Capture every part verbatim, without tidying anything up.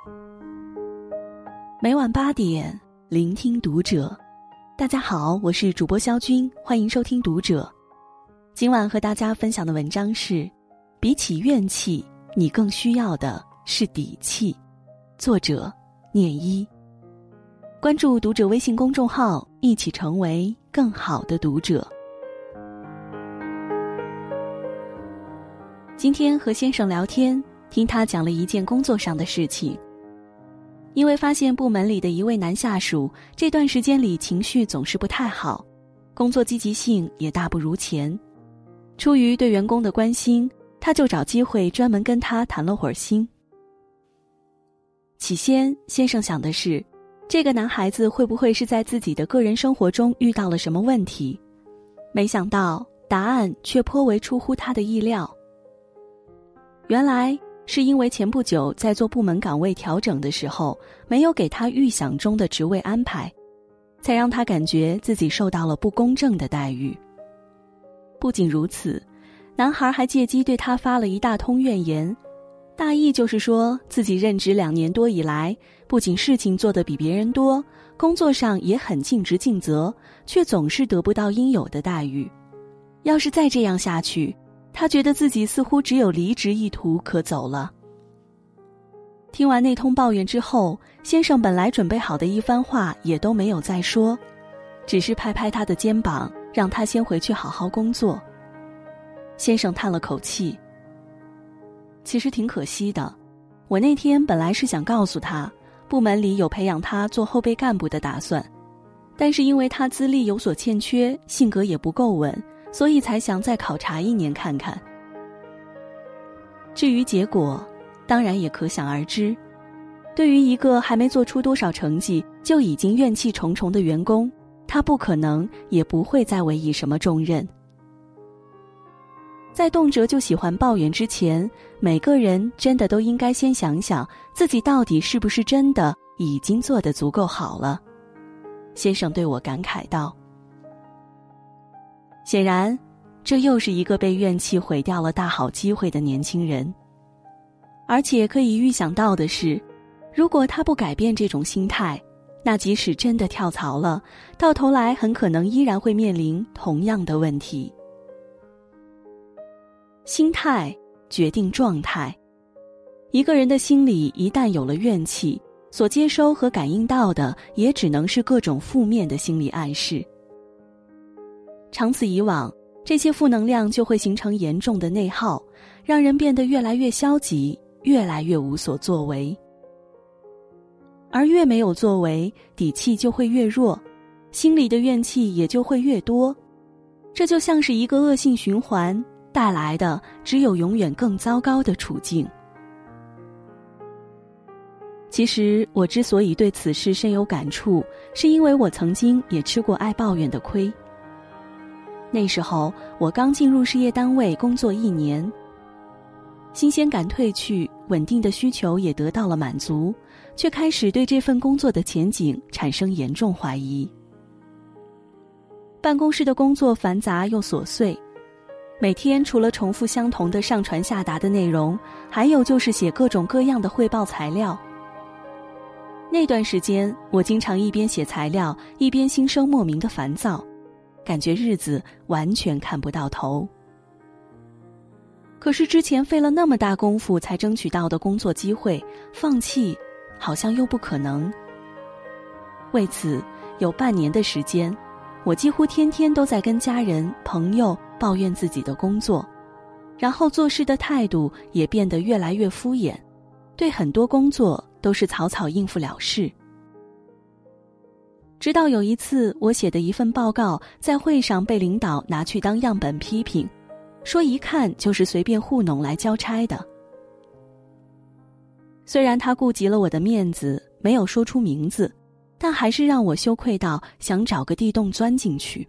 每晚八点，聆听读者。大家好，我是主播肖军，欢迎收听读者。今晚和大家分享的文章是：比起怨气，你更需要的是底气。作者念一。关注读者微信公众号，一起成为更好的读者。今天和先生聊天，听他讲了一件工作上的事情。因为发现部门里的一位男下属这段时间里情绪总是不太好，工作积极性也大不如前。出于对员工的关心，他就找机会专门跟他谈了会儿心。起先，先生想的是，这个男孩子会不会是在自己的个人生活中遇到了什么问题？没想到答案却颇为出乎他的意料。原来是因为前不久在做部门岗位调整的时候，没有给他预想中的职位安排，才让他感觉自己受到了不公正的待遇。不仅如此，男孩还借机对他发了一大通怨言，大意就是说自己任职两年多以来，不仅事情做得比别人多，工作上也很尽职尽责，却总是得不到应有的待遇。要是再这样下去，他觉得自己似乎只有离职一途可走了。听完那通抱怨之后，先生本来准备好的一番话也都没有再说，只是拍拍他的肩膀，让他先回去好好工作。先生叹了口气，其实挺可惜的，我那天本来是想告诉他，部门里有培养他做后备干部的打算，但是因为他资历有所欠缺，性格也不够稳，所以才想再考察一年看看。至于结果，当然也可想而知。对于一个还没做出多少成绩就已经怨气重重的员工，他不可能也不会再委以什么重任。在动辄就喜欢抱怨之前，每个人真的都应该先想想自己到底是不是真的已经做得足够好了。先生对我感慨道。显然，这又是一个被怨气毁掉了大好机会的年轻人。而且可以预想到的是，如果他不改变这种心态，那即使真的跳槽了，到头来很可能依然会面临同样的问题。心态决定状态。一个人的心里一旦有了怨气，所接收和感应到的也只能是各种负面的心理暗示。长此以往，这些负能量就会形成严重的内耗，让人变得越来越消极，越来越无所作为。而越没有作为，底气就会越弱，心里的怨气也就会越多。这就像是一个恶性循环，带来的只有永远更糟糕的处境。其实我之所以对此事深有感触，是因为我曾经也吃过爱抱怨的亏。那时候我刚进入事业单位工作一年，新鲜感褪去，稳定的需求也得到了满足，却开始对这份工作的前景产生严重怀疑。办公室的工作繁杂又琐碎，每天除了重复相同的上传下达的内容，还有就是写各种各样的汇报材料。那段时间，我经常一边写材料，一边心生莫名的烦躁，感觉日子完全看不到头。可是之前费了那么大功夫才争取到的工作机会，放弃好像又不可能。为此，有半年的时间，我几乎天天都在跟家人、朋友抱怨自己的工作，然后做事的态度也变得越来越敷衍，对很多工作都是草草应付了事。直到有一次，我写的一份报告在会上被领导拿去当样本批评，说一看就是随便糊弄来交差的。虽然他顾及了我的面子，没有说出名字，但还是让我羞愧到想找个地洞钻进去。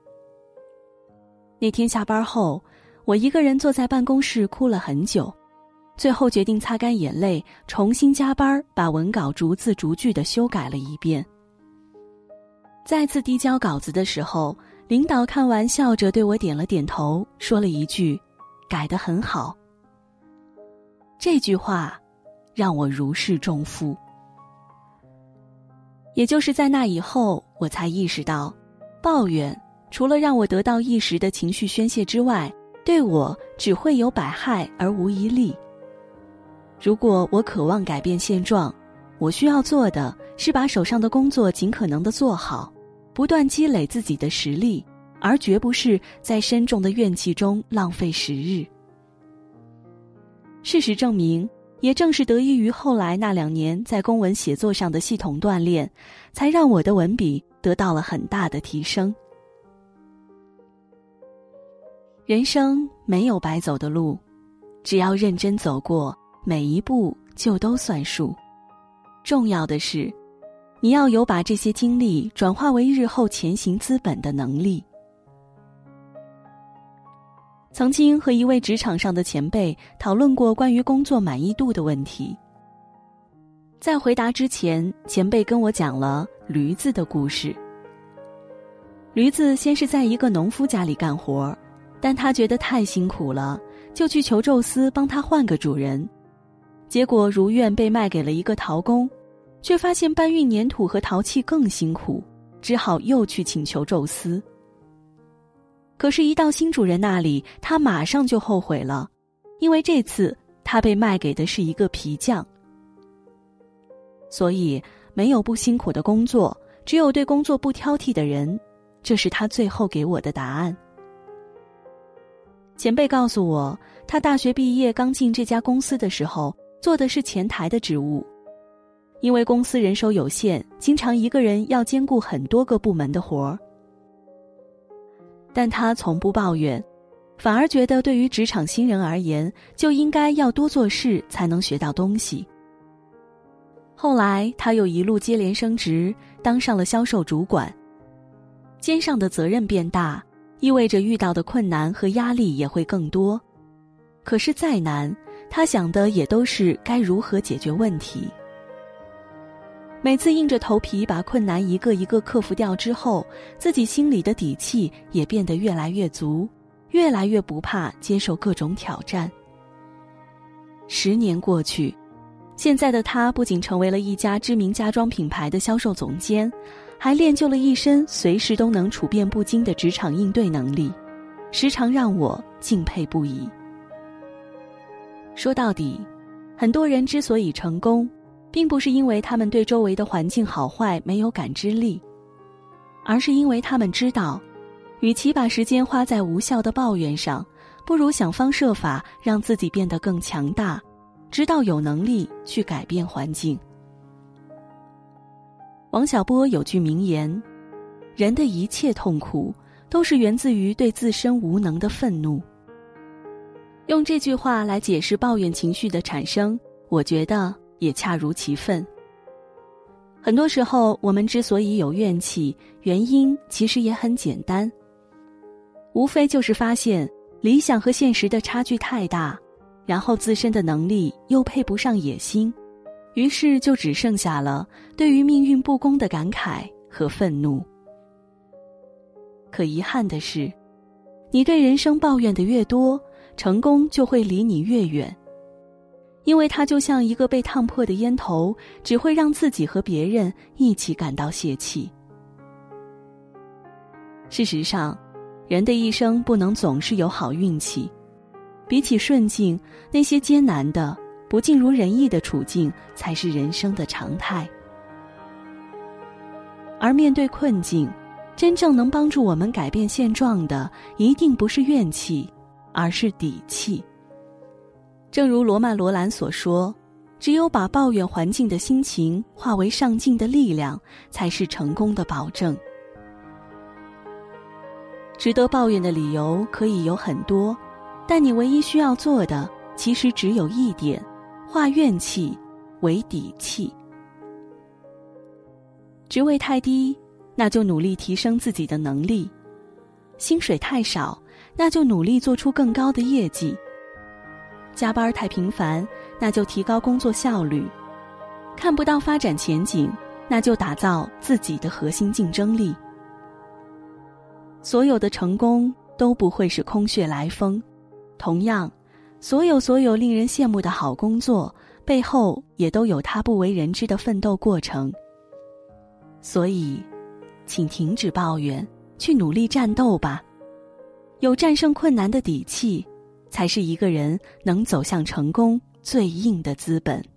那天下班后，我一个人坐在办公室哭了很久，最后决定擦干眼泪，重新加班，把文稿逐字逐句地修改了一遍。再次递交稿子的时候，领导看完笑着对我点了点头，说了一句：“改得很好。”这句话让我如释重负。也就是在那以后，我才意识到，抱怨除了让我得到一时的情绪宣泄之外，对我只会有百害而无一利。如果我渴望改变现状，我需要做的是把手上的工作尽可能的做好，不断积累自己的实力，而绝不是在深重的怨气中浪费时日。事实证明，也正是得益于后来那两年在公文写作上的系统锻炼，才让我的文笔得到了很大的提升。人生没有白走的路，只要认真走过，每一步就都算数。重要的是，你要有把这些经历转化为日后前行资本的能力。曾经和一位职场上的前辈讨论过关于工作满意度的问题。在回答之前，前辈跟我讲了驴子的故事。驴子先是在一个农夫家里干活，但他觉得太辛苦了，就去求宙斯帮他换个主人。结果如愿被卖给了一个陶工，却发现搬运粘土和陶器更辛苦，只好又去请求宙斯。可是一到新主人那里，他马上就后悔了，因为这次他被卖给的是一个皮匠。所以没有不辛苦的工作，只有对工作不挑剔的人，这是他最后给我的答案。前辈告诉我，他大学毕业刚进这家公司的时候，做的是前台的职务。因为公司人手有限，经常一个人要兼顾很多个部门的活儿。但他从不抱怨，反而觉得对于职场新人而言，就应该要多做事才能学到东西。后来他又一路接连升职，当上了销售主管。肩上的责任变大，意味着遇到的困难和压力也会更多。可是再难，他想的也都是该如何解决问题。每次硬着头皮把困难一个一个克服掉之后，自己心里的底气也变得越来越足，越来越不怕接受各种挑战。十年过去，现在的他不仅成为了一家知名家装品牌的销售总监，还练就了一身随时都能处变不惊的职场应对能力，时常让我敬佩不已。说到底，很多人之所以成功，并不是因为他们对周围的环境好坏没有感知力，而是因为他们知道，与其把时间花在无效的抱怨上，不如想方设法让自己变得更强大，直到有能力去改变环境。王小波有句名言，人的一切痛苦都是源自于对自身无能的愤怒。用这句话来解释抱怨情绪的产生，我觉得也恰如其分。很多时候我们之所以有怨气，原因其实也很简单，无非就是发现理想和现实的差距太大，然后自身的能力又配不上野心，于是就只剩下了对于命运不公的感慨和愤怒。可遗憾的是，你对人生抱怨的越多，成功就会离你越远。因为它就像一个被烫破的烟头，只会让自己和别人一起感到泄气。事实上，人的一生不能总是有好运气，比起顺境，那些艰难的、不尽如人意的处境才是人生的常态。而面对困境，真正能帮助我们改变现状的，一定不是怨气，而是底气。正如罗曼·罗兰所说，只有把抱怨环境的心情化为上进的力量，才是成功的保证。值得抱怨的理由可以有很多，但你唯一需要做的其实只有一点，化怨气为底气。职位太低，那就努力提升自己的能力；薪水太少，那就努力做出更高的业绩；加班太频繁，那就提高工作效率；看不到发展前景，那就打造自己的核心竞争力。所有的成功都不会是空穴来风，同样，所有所有令人羡慕的好工作， 背后也都有他不为人知的奋斗过程。所以，请停止抱怨，去努力战斗吧。有战胜困难的底气，才是一个人能走向成功最硬的资本。